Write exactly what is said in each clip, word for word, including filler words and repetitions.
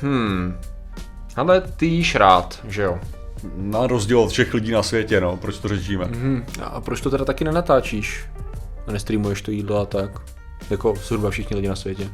Hmm. Ale ty jíš rád, že jo? Na rozdíl od všech lidí na světě, no, proč to řešíme? Mm-hmm. A proč to teda taky nenatáčíš? A nestreamuješ to jídlo a tak? Jako zhruba všichni lidi na světě.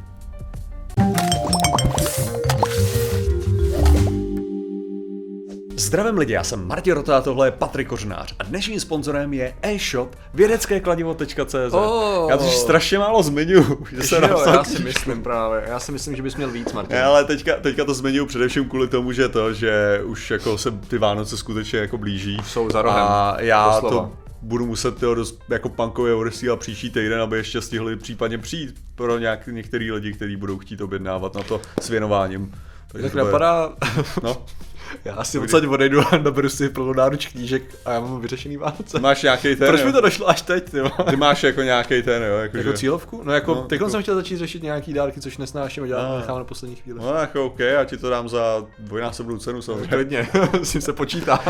Zdravím lidi, já jsem Martin Rota a tohle je Patrik Kořenář a dnešním sponzorem je e-shop vědecké kladivo tečka cé zet. Oh. Já to strašně málo zmiňuju, že se jo, já si myslím právě, já si myslím, že bys měl víc, Martin. Ale teďka, teďka to zmiňuju především kvůli tomu, že to, že už jako se ty Vánoce skutečně jako blíží. Jsou za rohem. A já doslova. to budu muset tyho dost jako punkově odesílat příští týden, aby ještě stihli případně přijít pro nějak, některý lidi, kteří budou chtít objednávat na to s věnováním. Takže tak napadá... No. Já asi odsaď odejdu a naberu si plnou náruč knížek a já mám vyřešený Vánoce. Máš nějaký ten, Proč jo? mi to došlo až teď, ty Ty máš jako nějaký ten, jo? Jako, jako že... cílovku? No jako, no, teď jako... jsem chtěl začít řešit nějaký dárky, což nesnáším a dělám, nechám na poslední chvíli. No jako OK, já ti to dám za dvojnásobnou cenu samozřejmě. Klidně, s tím se počítá.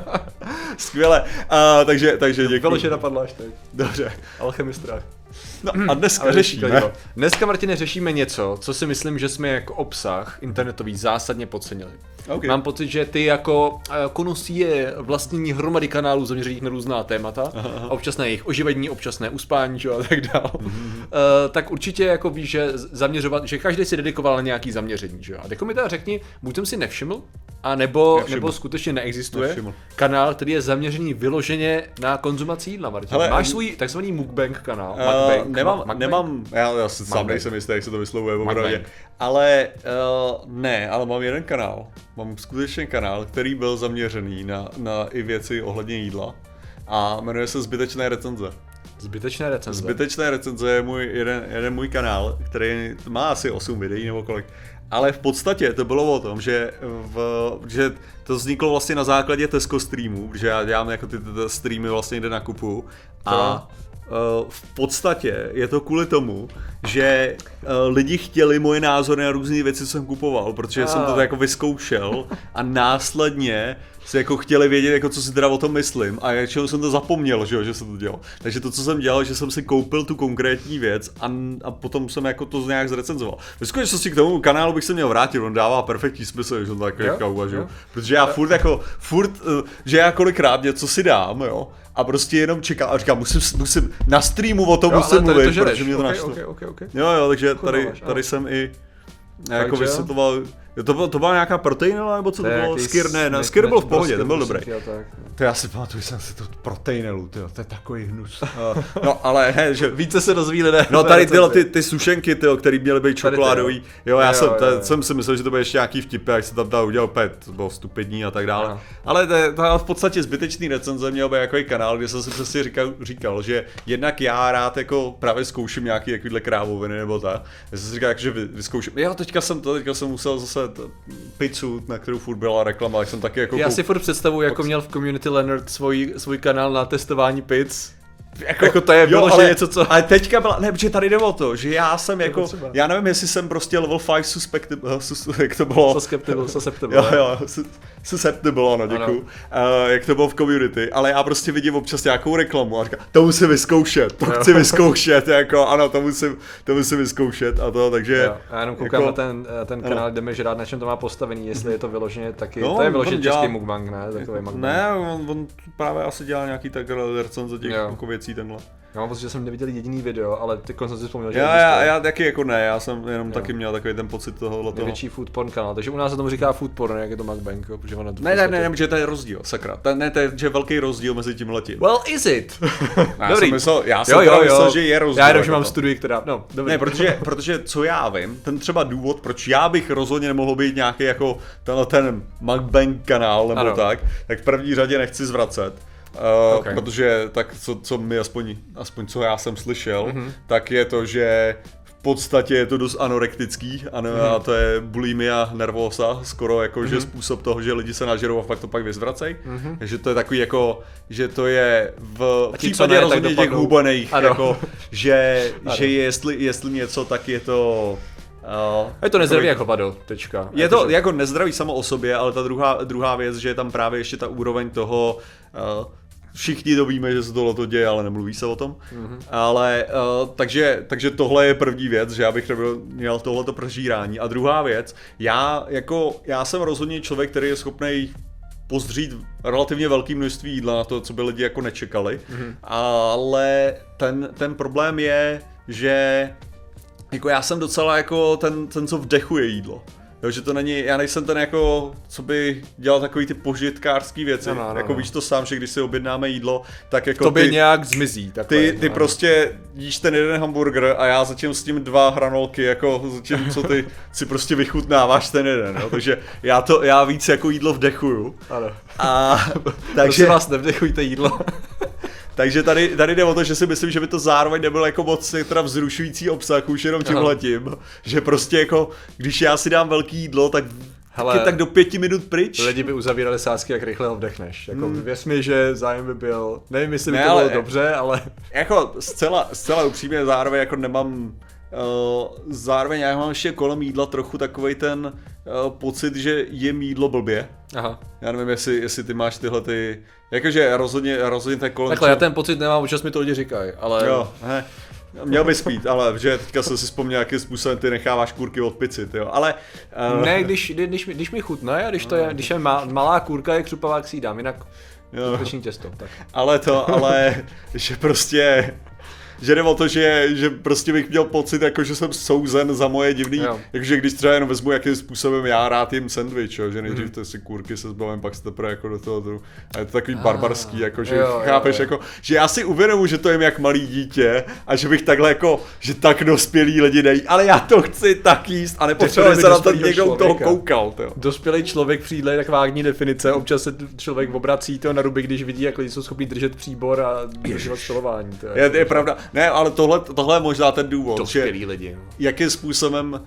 Skvěle, a, takže, takže děkuji. Bylo, že napadlo až teď. Dobře. Alchemistrák. No a dneska řešíme. Dneska, Martine, řešíme něco, co si myslím, že jsme jako obsah internetový zásadně podcenili. Okay. Mám pocit, že ty jako konusíje vlastnění hromady kanálů zaměřených na různá témata, aha. občasné jejich oživení, občasné uspání, čo, a tak dál, mm-hmm. uh, tak určitě jako víš, že zaměřovat, že každý si dedikoval na nějaký zaměření, že jo. A jako mi teda řekni, buď jsem si nevšiml, a nebo, nebo skutečně neexistuje nevšiml. kanál, který je zaměřený vyloženě na konzumaci jídla, Martin. Hele, Máš svůj takzvaný mukbang kanál? Uh, mukbang, nemám, mukbang? nemám, já, já si sám nejsem jistý, jak se to vyslovuje opravdu. Ale uh, ne, ale mám jeden kanál. Mám skutečně kanál, který byl zaměřený na, na i věci ohledně jídla a jmenuje se Zbytečné recenze. Zbytečné recenze. Zbytečné recenze je můj jeden, jeden můj kanál, který má asi osm videí nebo kolik. Ale v podstatě to bylo o tom, že, v, že to vzniklo vlastně na základě Tesco streamů, protože já dělám jako ty, ty, ty streamy vlastně kde nakupuju a uh, v podstatě je to kvůli tomu, že uh, lidi chtěli moje názory na různé věci, co jsem kupoval, protože a. jsem to jako vyzkoušel a následně si jako chtěli vědět, jako co si teda o tom myslím a jakčeho jsem to zapomněl, že, jo, že jsem to dělal. Takže to, co jsem dělal, že jsem si koupil tu konkrétní věc a, a potom jsem jako to nějak zrecenzoval. Ve skutečnosti k tomu kanálu bych se měl vrátit, on dává perfektní smysl, že jsem tak jako uvažuju. Protože já furt jako, furt, že já kolikrát něco si dám, jo. A prostě jenom čekám a říkám, musím, musím na streamu o tom jo, musím mluvit, to, protože mě to okay, naštve. Okay, okay, okay. Jo, jo, takže tady, tady jsem i jako vysvětloval. To, bylo, to byla nějaká proteinela, nebo co to bylo? Skir, ne, ne, Skir byl v pohodě, ten byl dobrý. To já si pamatuju, jsem si to proteinelu, tyjo, to je takový hnus. Uh, no ale he, že více se dozví lidé. No tady tyhle ty, ty sušenky, tyjo, které měly být čokoládový. Jo, já jo, jsem, jo, jo. jsem si myslel, že to bude ještě nějaký vtipy, jak se tam dá udělat opět, to bylo stupidní a tak dále. Aha. Ale to, to v podstatě Zbytečný recenze měl být jako kanál, kde jsem si přesně říkal, říkal, že jednak já rád jako právě zkouším nějaký takovýhle krávoviny nebo tak. Já jsem si říkal, že vyzkouším. Jo, teďka jsem to, teďka jsem musel zase pizzu, na kterou furt byla reklama, tak jsem taky jako... Já si furt představuji, jako měl v Community Leonard svůj, svůj kanál na testování pizz. Jako, jako to je bylo, jo, ale, něco, co... Ale teďka byla, ne, protože tady jde o to, že já jsem jako, já nevím, jestli jsem prostě level pět suspectible, sus, jak to bylo... Susceptible, susceptible. Jo, jo, susceptible, ano, děkuju. Uh, jak to bylo v Community, ale já prostě vidím občas nějakou reklamu a říkám, to musím vyzkoušet, to chci vyzkoušet, jako ano, to musím, to musím vyzkoušet a to, takže... Jo, já jenom koukám jako, na ten, ten kanál, ano. Jdeme žrát, na čem to má postavený, jestli je to vyloženě taky, no, to je vyloženě český dělá... mukbang, ne? Takový mukbang. Ne, on, on právě asi dělá nějaký takhle recenze těch jako věcí tenhle. Já mám pocit, že jsem neviděl jediný video, ale teď jsem si vzpomněl, že já, já, já taky jako ne, já jsem jenom jo. taky měl takový ten pocit tohohle toho. Největší food porn kanál, takže u nás se tomu říká food porn, jak je to mukbang, protože ono ne, ne, ne, ne, že to je rozdíl, sakra, to, ne, to je že velký rozdíl mezi tím letím. Well, is it? já dobrý. Jsem myslel, já jsem jo, jo, myslel, jo. že je rozdíl. Já jenom, že mám studii, která, no, dobrý. Ne, protože, protože co já vím, ten třeba důvod, proč já bych rozhodně nemohl být nějaký jako tenhle ten mukbang kanál nebo ano. tak, tak v první řadě nechci zvracet. Uh, okay. Protože tak, co, co mi aspoň, aspoň co já jsem slyšel, mm-hmm. tak je to, že v podstatě je to dost anorektický a, ne, mm-hmm. a to je bulimia nervosa, skoro jako, mm-hmm. že způsob toho, že lidi se nažerou a fakt to pak vyzvracejí. Mm-hmm. Takže to je takový jako, že to je v a případě rozhodně těch hubených, jako, že, že jestli, jestli něco, tak je to... Uh, je to nezdravý jako pado, tečka. Je to že... jako nezdravý samo o sobě, ale ta druhá, druhá věc, že je tam právě ještě ta úroveň toho, uh, všichni to víme, že se tohle to děje, ale nemluví se o tom. Mm-hmm. Ale uh, takže, takže tohle je první věc, že já bych nebyl, měl tohleto prožírání. A druhá věc, já jako já jsem rozhodně člověk, který je schopný pozdřít relativně velké množství jídla na to, co by lidi jako nečekali. Mm-hmm. Ale ten, ten problém je, že jako já jsem docela jako ten, ten co vdechuje jídlo. Jo, že to není, já nejsem ten jako, co by dělal takový ty požitkářský věci, no, no, jako no. Víš to sám, že když si objednáme jídlo, tak jako to by ty, nějak zmizí. Takhle, ty, ty no. prostě jíš ten jeden hamburger a já zatím s tím dva hranolky, jako zatím, co ty si prostě vychutnáváš ten jeden, jo? Takže já to, já víc jako jídlo vdechuju. Ano. A takže Prosím vás, nevdechujte jídlo. Takže tady, tady jde o to, že si myslím, že by to zároveň nebyl jako moc teda vzrušující obsah už jenom tímhletím, že prostě jako, když já si dám velký jídlo, tak Hele, tak do pěti minut pryč. Lidi by uzavírali sásky, jak rychle ho vdechneš. Jako, hmm. Věř mi, že zájem by byl, nevím, jestli by ne, to bylo ale, dobře, ale... Jako zcela, zcela upřímně zároveň jako nemám... Uh, zároveň já mám ještě kolem jídla trochu takovej ten uh, pocit, že jim jídlo blbě. Aha. Já nevím, jestli, jestli ty máš tyhle ty... Jakože rozhodně, rozhodně ten kolem... Takhle, já ten pocit nemám, občas mi to lidi říkají, ale... Jo, he. Měl bys pít, ale že teďka jsem si vzpomněl, jakým způsobem ty necháváš kůrky od pici, tyjo, ale... Uh... Ne, když, když, mi, když mi chutná, když to je, když je má, malá kůrka, je křupavá, si ji dám, jinak skutečný těsto. Tak. Ale to, ale, že prostě... Že jde o to, že, že prostě bych měl pocit, jako, že jsem souzen za moje divný, jakože když třeba jenom vezmu, jakým způsobem já rád jim sandwich, jo, že nejdřív to si kůrky se zbavím, pak se teprve jako do toho, toho a je to takový ah, barbarský, jako, že jo, chápeš, jo, jo. Jako, že já si uvědomuji, že to jim jak malý dítě a že bych takhle jako, že tak dospělí lidi nejí, ale já to chci tak jíst a nepotřebuji se na to někdo toho koukal. Tyjo. Dospělý člověk přijde tak vágní definice, občas se člověk obrací to na ruby, když vidí, jak lidi jsou schopni držet příbor a držet stolování. To je, je, je pravda. Ne, ale tohle, tohle je možná ten důvod, dospělý že lidi. Jakým způsobem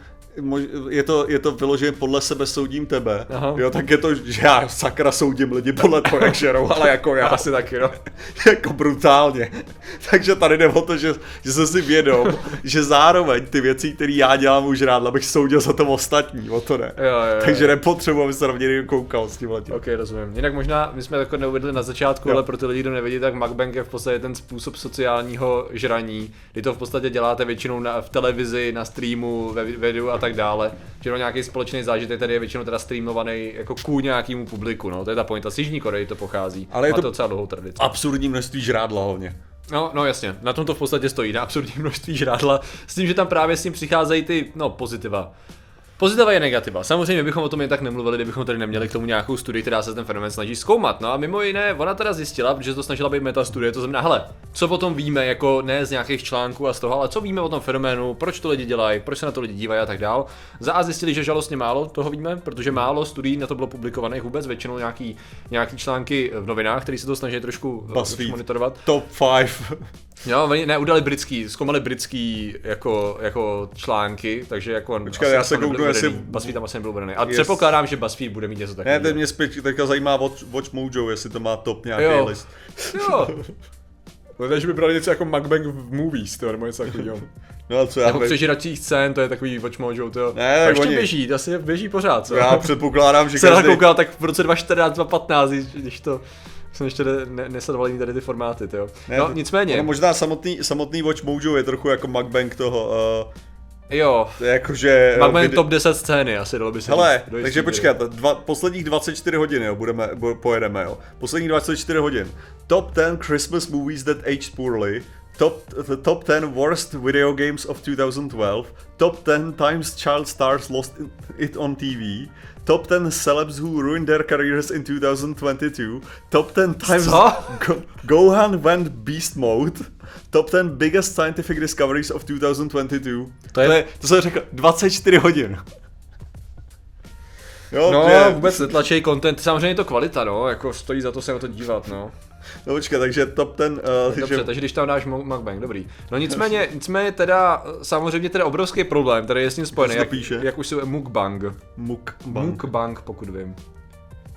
je to, je to vyloženě podle sebe soudím tebe, aha. Jo, tak je to, že já sakra soudím lidi podle toho, jak žerou, ale jako já. Asi taky, no. Jako brutálně. Takže tady jde o to, že, že jsem si vědom, že zároveň ty věci, které já dělám už rád, abych soudil za to ostatní, o to ne. Jo, jo, jo. Takže nepotřebuji, aby se na mě koukal s tímhletím. Ok, rozumím. Jinak možná, my jsme to neuvedli na začátku, jo. Ale pro ty lidi, kdo nevědí, tak mukbang je v podstatě ten způsob sociálního žraní, kdy to v podstatě děláte většinou na, v televizi, na streamu, ve videu a tak dále. Že no nějaký společný zážitek tady je většinou teda streamovaný jako ku nějakému publiku, no, to je ta pointa, z Jižní Koreji to pochází. Ale je to, to docela dlouhou tradici. Absurdní množství žrádla hlavně. No, no jasně, na tom to v podstatě stojí, na absurdní množství žrádla, s tím, že tam právě s tím přicházejí ty, no, pozitiva. Pozitiva je negativa. Samozřejmě bychom o tom jen tak nemluvili, kdybychom tady neměli k tomu nějakou studii, která se ten fenomén snaží zkoumat. No a mimo jiné, ona teda zjistila, že to snažila být metastudie, to znamená, hele, co o tom víme, jako ne z nějakých článků a z toho, ale co víme o tom fenoménu, proč to lidi dělají, proč se na to lidi dívají a tak dál. Za A zjistili, že žalostně málo toho víme, protože málo studií na to bylo publikovaných vůbec, většinou nějaký, nějaký články v novinách, které se to snaží trošku monitorovat. Top pět. Jo, oni ne, udali britský, zkoumali britský jako, jako články, takže jako... Počkej, já se kouknu, jestli... BuzzFeed tam asi nebyl uvedený. A yes. Předpokládám, že BuzzFeed bude mít něco takového. Ne, teď mě spíš teďka zajímá Watch, Watch Mojo, jestli to má top nějaký jo. list. Jo. Takže by brali něco jako mukbang v movies, to nebo něco takového. No a co já Nebo přežiračích scén, to je takový Watch Mojo, to ne, a ještě oni... běží, to asi běží pořád, co? Já předpokládám, že se každý... nakoukal tak v roce dva tisíce čtrnáct, dva tisíce patnáct, když to... Jsem ještě ne, nesledoval tady ty formáty, jo. Ne, no, nicméně. No, možná samotný, samotný Watch Mojo je trochu jako mukbang toho. Uh, jo. Jakože. Mukbang vid... top deset scény, asi dalo by se. Hele, takže počkat, dva, posledních dvacet čtyři hodin, jo, budeme, pojedeme, jo. Posledních dvacet čtyři hodin. Top ten Christmas movies that aged poorly. Top, the top ten worst video games of two thousand twelve. Top ten times child stars lost it on T V. Top ten celebs who ruined their careers in two thousand twenty-two. Top ten times Go- Gohan went beast mode. Top ten biggest scientific discoveries of two thousand twenty-two. To, je, to, je, to jsem řekl dvacet čtyři hodin. Jo, no, že... vůbec netlačej content, samozřejmě je to kvalita, no, jako stojí za to se na to dívat, no. No počkej, takže top ten... Uh, Dobře, že... takže když tam dáš mukbang, dobrý. No nicméně, nicméně teda, samozřejmě teda obrovský problém, který je s ním spojený, jak, jak už se mukbang. Mukbang. Mukbang, pokud vím.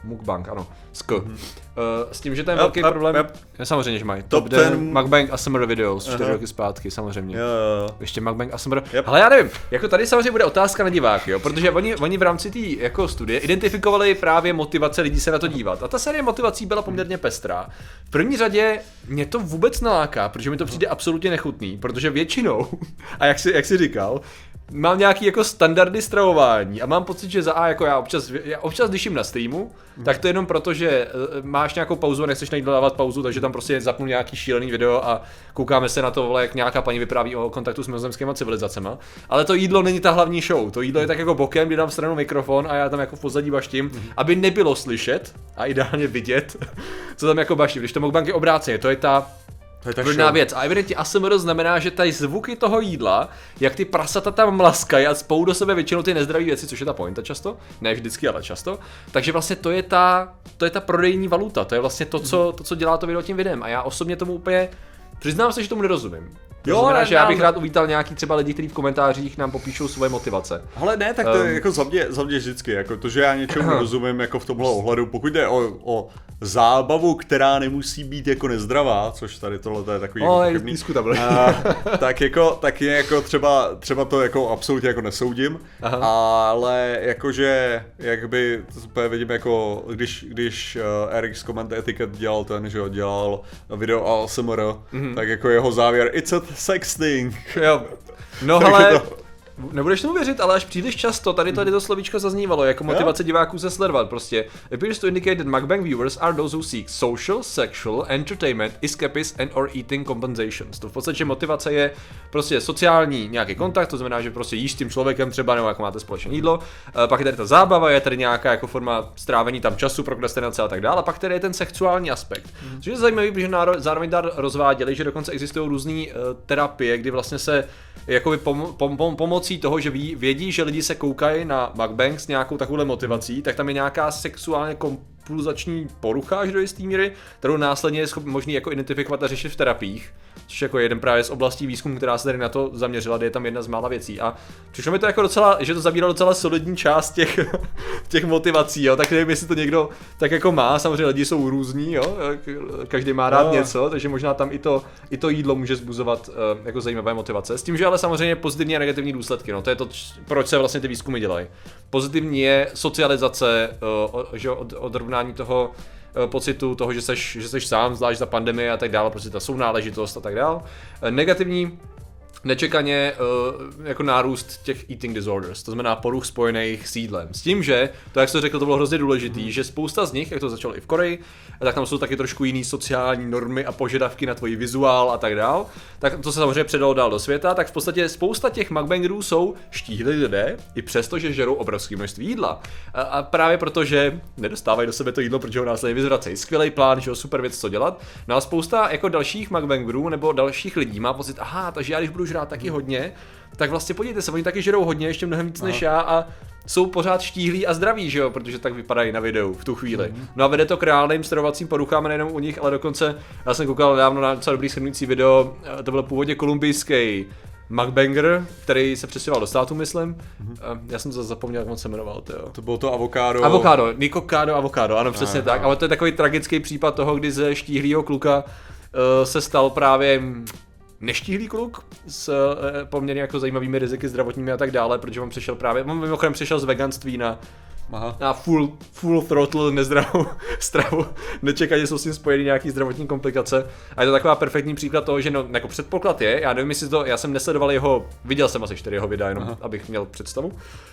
Mukbang, ano, s K. Mm. Uh, s tím, že ten yep, velký yep, problém, yep. samozřejmě, že mají. Top, Top ten Mukbang A S M R videos, čtyři roky zpátky, samozřejmě. Jo, jo. Ještě Mukbang A S M R. Yep. Ale já nevím, jako tady samozřejmě bude otázka na diváky, jo, protože oni, oni v rámci té jako studie identifikovali právě motivace lidí se na to dívat. A ta série motivací byla poměrně pestrá. V první řadě mě to vůbec naláká, protože mi to přijde absolutně nechutný, protože většinou, a jak jsi, jak jsi říkal, mám nějaký jako standardy stravování a mám pocit, že za A jako já občas, já občas když jim na streamu, mm. tak to je jenom proto, že máš nějakou pauzu a nechceš najít dávat pauzu, takže tam prostě zapnu nějaký šílený video a koukáme se na to, vole, jak nějaká paní vypráví o kontaktu s mimozemskými civilizacema. Ale to jídlo není ta hlavní show, to jídlo je tak jako bokem, kdy dám stranou mikrofon a já tam jako v pozadí baštím, mm. aby nebylo slyšet a ideálně vidět, co tam jako baštím. Když to mukbang je obráceně, to je ta Prvná věc. A evidentně A S M R znamená, že tady zvuky toho jídla, jak ty prasata tam mlaskají a spou do sebe většinou ty nezdraví věci, což je ta pointa často, ne vždycky, ale často. Takže vlastně to je ta, to je ta prodejní valuta, to je vlastně to, co, to, co dělá to video tím videem. A já osobně tomu úplně, přiznám se, že tomu nerozumím. To jo, znamená, ne, že já bych rád uvítal nějaký třeba lidi, kteří v komentářích nám popíšou svoje motivace. Ale ne, tak to je um, jako za mě, za mě vždycky, jako to, že já něčemu rozumím jako v tomhle ohledu, pokud jde o, o zábavu, která nemusí být jako nezdravá, což tady tohle je takový oh, jako chybný, a, tak jako, tak je jako třeba, třeba to jako absolutně jako nesoudím, aha. ale jakože, jakby, to vidím jako, když, když uh, Eric z Comment Etiquette dělal ten, že jo, dělal video A S M R, mm-hmm. tak jako jeho závěr, it's a sexting. Jo. No ale nebudeš tomu věřit, ale až příliš často tady tady to slovíčko zaznívalo jako motivace diváků se sledovat prostě. Appears to indicate that mukbang viewers are those who seek social, sexual, entertainment, escapism and or eating compensations. To v podstatě motivace je prostě sociální nějaký kontakt, to znamená, že prostě jíš s tím člověkem třeba nebo jako máte společné jídlo. Pak je tady ta zábava, je tady nějaká jako forma strávení tam času, prokrastinace a tak dále. A pak tady je ten sexuální aspekt. Mm. Což je zajímavý, protože zároveň dar rozváděli, že dokonce existují různé uh, terapie, kdy vlastně se jakoby pom- pom- pom- pomocí toho, že ví, vědí, že lidi se koukají na mukbang s nějakou takovouhle motivací, tak tam je nějaká sexuálně kompulzační porucha až do jisté míry, kterou následně je možný jako identifikovat a řešit v terapiích, což jako jeden právě z oblastí výzkumu, která se tady na to zaměřila, je tam jedna z mála věcí. A přišlo mi to jako docela, že to zabíralo docela solidní část těch, těch motivací, jo, tak nevím, jestli to někdo tak jako má, samozřejmě lidi jsou různí, jo, každý má rád no. něco, takže možná tam i to, i to jídlo může zbuzovat uh, jako zajímavé motivace. S tím, že ale samozřejmě pozitivní a negativní důsledky, no, to je to, proč se vlastně ty výzkumy dělají. Pozitivní je socializace, uh, že od, odrovnání toho pocitu toho, že seš, že seš sám, zvlášť za pandemii a tak dále, prostě ta sounáležitost a tak dále. Negativní nečekaně uh, jako nárůst těch eating disorders, to znamená poruch spojených s jídlem. S tím, že, to jak jsi řekl, to bylo hrozně důležitý, mm. že spousta z nich, jak to začalo i v Koreji, tak tam jsou taky trošku jiný sociální normy a požadavky na tvůj vizuál a tak dál, tak to se samozřejmě předalo dál do světa, tak v podstatě spousta těch mukbangerů jsou štíhlí lidé, i přesto, že žerou obrovské množství jídla. A, a právě proto, že nedostávají do sebe to jídlo, protože ho následně vyzvracejí. Skvělý plán, že jo, super věc, co dělat. No a spousta jako dalších mukbangerů nebo dalších lidí má pocit, aha, takže já když budu žrát taky hodně, tak vlastně podívejte se, oni taky žerou hodně, ještě mnohem víc než já a jsou pořád štíhlí a zdraví, že jo, protože tak vypadají na videu v tu chvíli. No a vede to k reálným stravovacím poruchám nejenom u nich, ale dokonce, já jsem koukal dávno na docela dobrý shrnující video, to byl původně kolumbijský mukbanger, který se přestěhoval do státu, myslím. Mm-hmm. Já jsem to zapomněl, jak on se jmenoval, tyjo. To bylo to avokádo. Avokádo, Nikocado avokádo, ano, přesně tak. Ale to je takový tragický případ toho, kdy ze štíhlýho kluka uh, se stal právě neštíhlý kluk s e, poměrně jako zajímavými riziky zdravotními a tak dále, protože on přišel právě, on mimochodem přišel z veganství na, na full, full throttle nezdravou stravu, nečekaně jsou s tím spojeny nějaký zdravotní komplikace a je to taková perfektní příklad toho, že no, jako předpoklad je, já nevím, jestli to, já jsem nesledoval jeho, viděl jsem asi čtyři jeho videa, jenom Aha. abych měl představu.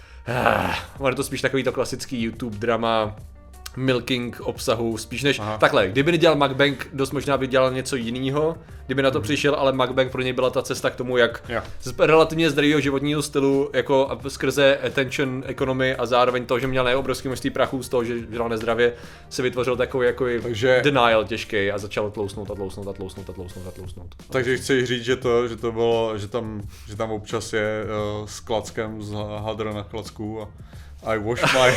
Ah, on je to spíš takový to klasický YouTube drama, milking obsahu, spíš než Aha. takhle, kdyby nedělal mukbang, dost možná by dělal něco jiného, kdyby na to mm. přišel, ale mukbang pro něj byla ta cesta k tomu, jak yeah. z relativně zdravého životního stylu, jako skrze attention economy a zároveň to, že měl neobrovský množství prachů z toho, že žral nezdravě, se vytvořil takový jako Takže... denial těžký a začal tlousnout a tlousnout a tlousnout a tlousnout a tlousnout. Takže chceš říct, že to, že to bylo, že tam, že tam občas je uh, s klackem z hadra na klacku a I wash my...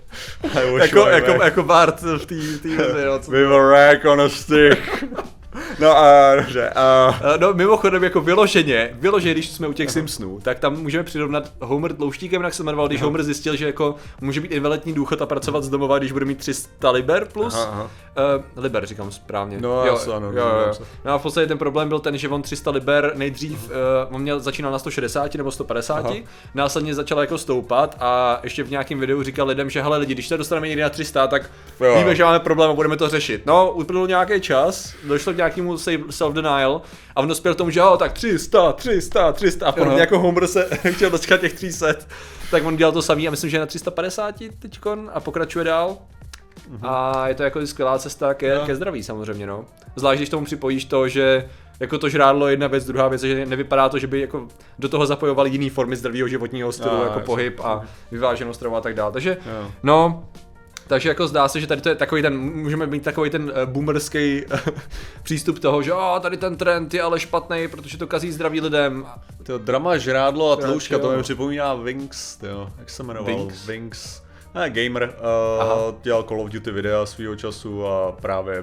jako, jako, jako Bart v té věci, jo. With a rag on a stick. No a dobře. A... No mimochodem jako vyloženě, vyloženě, když jsme u těch Simpsonů, tak tam můžeme přirovnat Homer tlouštíkem, jak se jmenoval, když aha. Homer zjistil, že jako může být invalidní důchod a pracovat z domova, když bude mít tři sta liber plus. Aha, aha. Uh, liber říkám správně. No jo, jo, ano, jo, jo. No a v podstatě ten problém byl ten, že on tři sta liber nejdřív, uh, on měl začínal na sto šedesát nebo sto padesát, aha. následně začal jako stoupat a ještě v nějakém videu říkal lidem, že hele lidi, když se dostaneme někdy na tři sta, tak jo. víme, že máme problém a budeme to řešit. No, uplynul nějaký čas, došlo k nějakému self-denial a on dospěl k tomu, že jo, tak tři sta, tři sta, tři sta a podobně jako Homer se chtěl dočkat těch tři sta, tak on dělal to samý a myslím, že je na tři sta padesát teďkon a pokračuje dál. Uh-huh. A je to jako skvělá cesta ke, no. ke zdraví samozřejmě, no. Zvlášť když tomu připojíš to, že jako to žrádlo je jedna věc, druhá věc, že nevypadá to, že by jako do toho zapojovali jiné formy zdravého životního stylu, no, jako pohyb a vyváženou stravu a tak dále. Takže, no. no Takže jako zdá se, že tady to je takový ten, můžeme mít takový ten uh, boomerský přístup toho, že oh, tady ten trend je ale špatný, protože to kazí zdraví lidem. To drama, žrádlo a tloušťka, to mi připomíná Wings, jo, jak se jmenoval? Wings. Wings. Ne, gamer, uh, dělal Call of Duty videa svýho času a právě...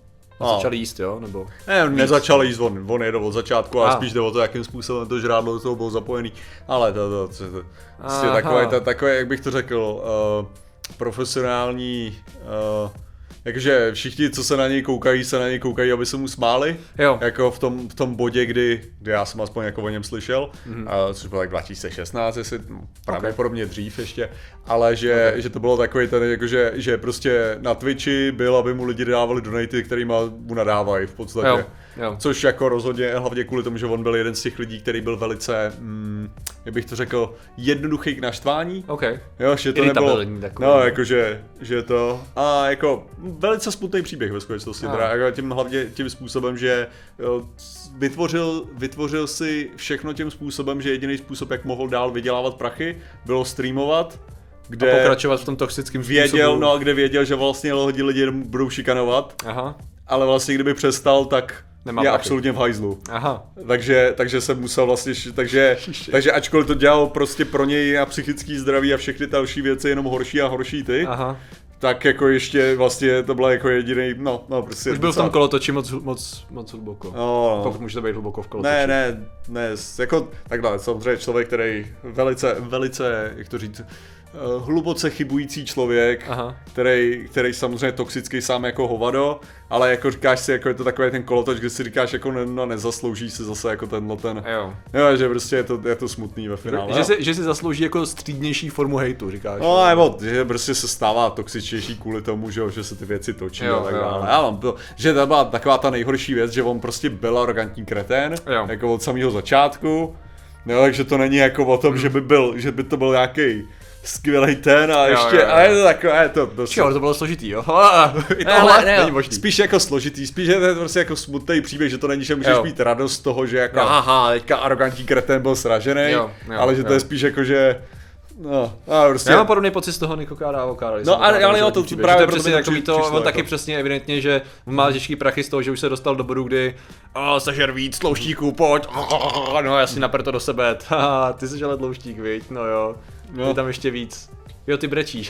A začal jíst, jo? Nebo... Ne, nezačal jíst, on, on jedl od začátku, ale spíš jde o to, jakým způsobem to žrádlo do toho bylo zapojený. Ale to, to, to, to, to takové, to, takové, jak bych to řekl, uh, profesionální, uh, jakože všichni, co se na něj koukají, se na něj koukají, aby se mu smáli. Jo. Jako v tom, v tom bodě, kdy, kdy já jsem aspoň jako o něm slyšel, mm-hmm. uh, což bylo tak dva tisíce šestnáct, jestli pravděpodobně okay. dřív ještě, ale že, okay. že to bylo takový ten, jakože, že prostě na Twitchi byl, aby mu lidi dávali donaty, kterými mu nadávají v podstatě. Jo. Jo. Což jako rozhodně, hlavně kvůli tomu, že on byl jeden z těch lidí, který byl velice, mm, jak bych to řekl, jednoduchý k naštvání. Okay. Jo, že to nebylo, no jakože, že to, a jako velice smutný příběh ve skutečnosti, teda jako tím hlavně tím způsobem, že jo, vytvořil, vytvořil si všechno tím způsobem, že jediný způsob, jak mohl dál vydělávat prachy, bylo streamovat. Kde a pokračovat v tom toxickém způsobu. Věděl, no a kde věděl, že vlastně lidi, lidi budou šikanovat. Aha. Ale vlastně kdyby přestal, tak nemá je prachy. Absolutně v hajzlu. Aha. Takže, takže jsem musel vlastně, takže, takže ačkoliv to dělal prostě pro něj na psychický zdraví a všechny další věci jenom horší a horší ty, aha. tak jako ještě vlastně to byla jako jediný, no, no prostě. Už byl v tom kolotoči moc, moc, moc hluboko. No, no. Pokud můžete být hluboko v kolotoči. Ne, ne, ne, jako takhle, samozřejmě člověk, který velice, velice, jak to říct, hluboce chybující člověk, který, který samozřejmě toxický sám jako hovado, ale jako říkáš si, jako je to takový ten kolotoč, kde si říkáš, jako ne, no, nezaslouží si zase jako tenhle ten, jo. jo, že prostě je to, je to smutný ve finále. Že si, že si zaslouží jako střídnější formu hejtu, říkáš. No, nebo, že prostě se stává toxičnější kvůli tomu, že, že se ty věci točí jo, a tak dále. Já mám to, že to byla taková ta nejhorší věc, že on prostě byl arrogantní kretén, jo. jako od samého začátku, no, takže to není jako o tom, hmm. že by byl, že by to byl nějaký skvělej ten a ještě, jo, jo, jo. a je to takové, je to prostě... Čeho, to bylo složitý, jo? I tohle ne, není možný. Spíš jako složitý, spíš je to prostě jako smutný příběh, že to není, že můžeš jo. mít radost z toho, že jako aha, teďka arrogantní kretén byl sražený, jo, jo, ale že jo. to je spíš jako, že no, a prostě... Já mám podobný pocit z toho Nikokára a Avokáda. No ale, ale jo, to příběh, právě to přesně takový to, on taky přesně evidentně, že má těžký prachy z toho, že už se dostal do bodu, kdy oh, sežer víc tlouštíků, pojď, no jasně naper to do sebe, ty seš ale tlouštík, viď, no jo, no. Ty tam ještě víc. Jo, ty brečíš,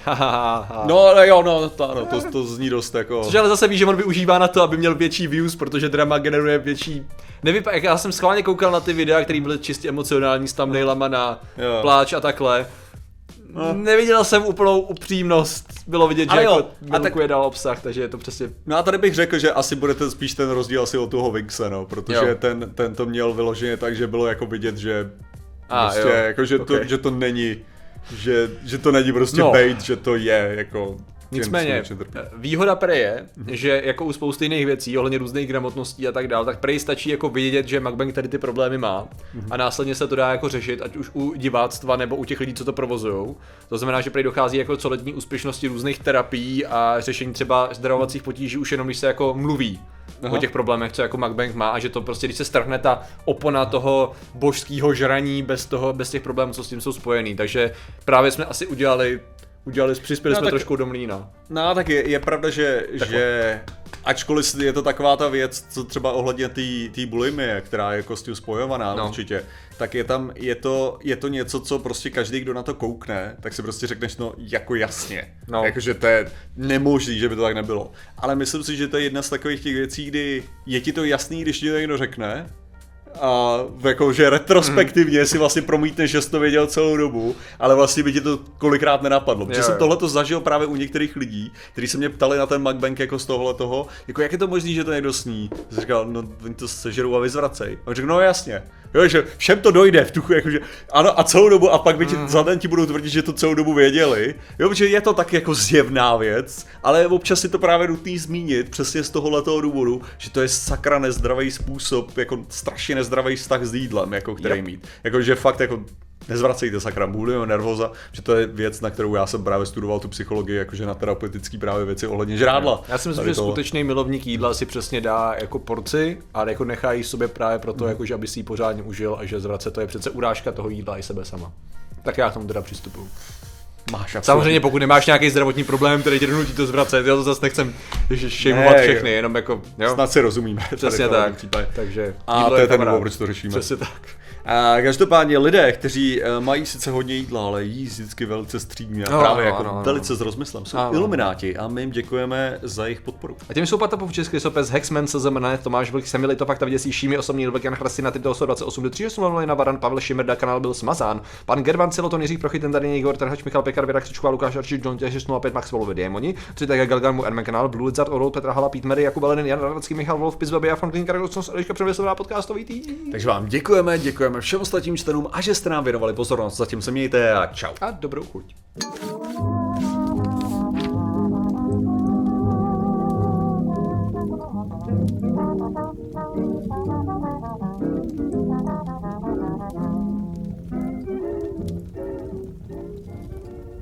No ale jo, no, to, no to, to zní dost jako... Což ale zase víš, že on využívá na to, aby měl větší views, protože drama generuje větší... Nevypadá, já jsem schválně koukal na ty videa, které byly čistě emocionální s thumbnailama na jo. pláč a takhle. No. Neviděl jsem úplnou upřímnost, bylo vidět, že jako Milkuje dal obsah, takže je to přesně... No a tady bych řekl, že asi bude ten, spíš ten rozdíl asi od toho Wingse, no, protože ten, ten to měl vyloženě tak, že bylo jako vidět, že a, prostě, jako, že, okay. to, že to není... Že, že to není prostě no. bait, že to je jako... Nicméně, výhoda prej je, mm-hmm. že jako u spousty jiných věcí, ohledně různých gramotností a tak dál, tak prej stačí jako vidět, že Mukbang tady ty problémy má mm-hmm. a následně se to dá jako řešit, ať už u diváctva nebo u těch lidí, co to provozujou. To znamená, že prej dochází jako co letní úspěšnosti různých terapií a řešení třeba zdravovacích potíží už jenom, když se jako mluví. Aha. O těch problémech, co jako Mukbang má a že to prostě, když se strhne ta opona toho božského žraní bez toho, bez těch problémů, co s tím jsou spojený. Takže právě jsme asi udělali, udělali přispěli no, jsme tak, trošku do mlýna. No tak je, je pravda, že, že Ačkoliv je to taková ta věc, co třeba ohledně té bulimie, která je jako s tím spojovaná no. určitě, tak je tam, je to, je to něco, co prostě každý, kdo na to koukne, tak si prostě řekneš, no jako jasně, no. Jakože to je nemožný, že by to tak nebylo. Ale myslím si, že to je jedna z takových těch věcí, kdy je ti to jasný, když ti to někdo řekne, a jakože retrospektivně mm. si vlastně promítneš, že jsi to věděl celou dobu, ale vlastně by ti to kolikrát nenapadlo. Protože jsem tohleto zažil právě u některých lidí, kteří se mě ptali na ten mukbang jako z tohle toho, jako jak je to možný, že to někdo sní. Jsem říkal, no oni to sežerou a vyzvracej. A on řekl, no jasně. Jo, že všem to dojde v tuchu, jakože ano a celou dobu a pak by ti, mm. za den ti budou tvrdit, že to celou dobu věděli. Jo, protože je to tak jako zjevná věc, ale občas si to právě nutný zmínit přesně z tohohletoho důvodu, že to je sakra nezdravý způsob, jako strašně nezdravý vztah s jídlem, jako který yep. mít. Jakože fakt jako nezvracejte sakra bulimie, nervóza, že to je věc, na kterou já jsem právě studoval tu psychologii, jakože na terapeutické právě věci ohledně žrádla. Já si myslím, že toho... skutečný milovník jídla si přesně dá jako porci a jako nechá jí sobě právě proto, mm. jako, že aby si ji pořádně užil a že zvracet to je přece urážka toho jídla i sebe sama. Tak já k tomu teda přistupuju. Máš samozřejmě, pokud nemáš nějaký zdravotní problém, který tě donutí to zvracet, já to zase nechcem šejmovat všechny, jenom jako, jo. Snad si rozumíme. Přesně tak, takže a to je ten důvod, proč to řešíme. Přesně tak. A každopádně lidé, kteří mají sice hodně jídla, ale jí vždycky velice střídmě a no, právě no, jako no, velice no. s rozmyslem, jsou no, ilumináti a my jim děkujeme za jejich podporu. A těmi jsou Patapov Český sopes, Hexman, C Z M N, Tomáš Vlk, Semily, to fakta Věcí, Šími, osobní Vlk, Jan Chrastina, Tyto sto dvacet osm, tři osm nula na Baran, Pavel Šimerda, kanál byl smazán, pan Gervan, Celoton, Jiří Prochy, ten tady Igor Trhač, Michal Pekar, Věra Křičková, Lukáš Arčík, John Těžis nula pět, Max Volovi, Démoni, tři tak Galgan, mu Ermen kanál, Blue Lizard, Orol, Petra Hala, Pete Mary, Jakub Alenin, Jan Radvacký, Michal Wolf, Pizbaby a Franklin Karagocnos, Eliška Přemyslová, podcastový tým. Takže vám děkujeme, děkujeme všem ostatním členům a že jste nám věnovali pozornost. Zatím se mějte a čau. A dobrou chuť.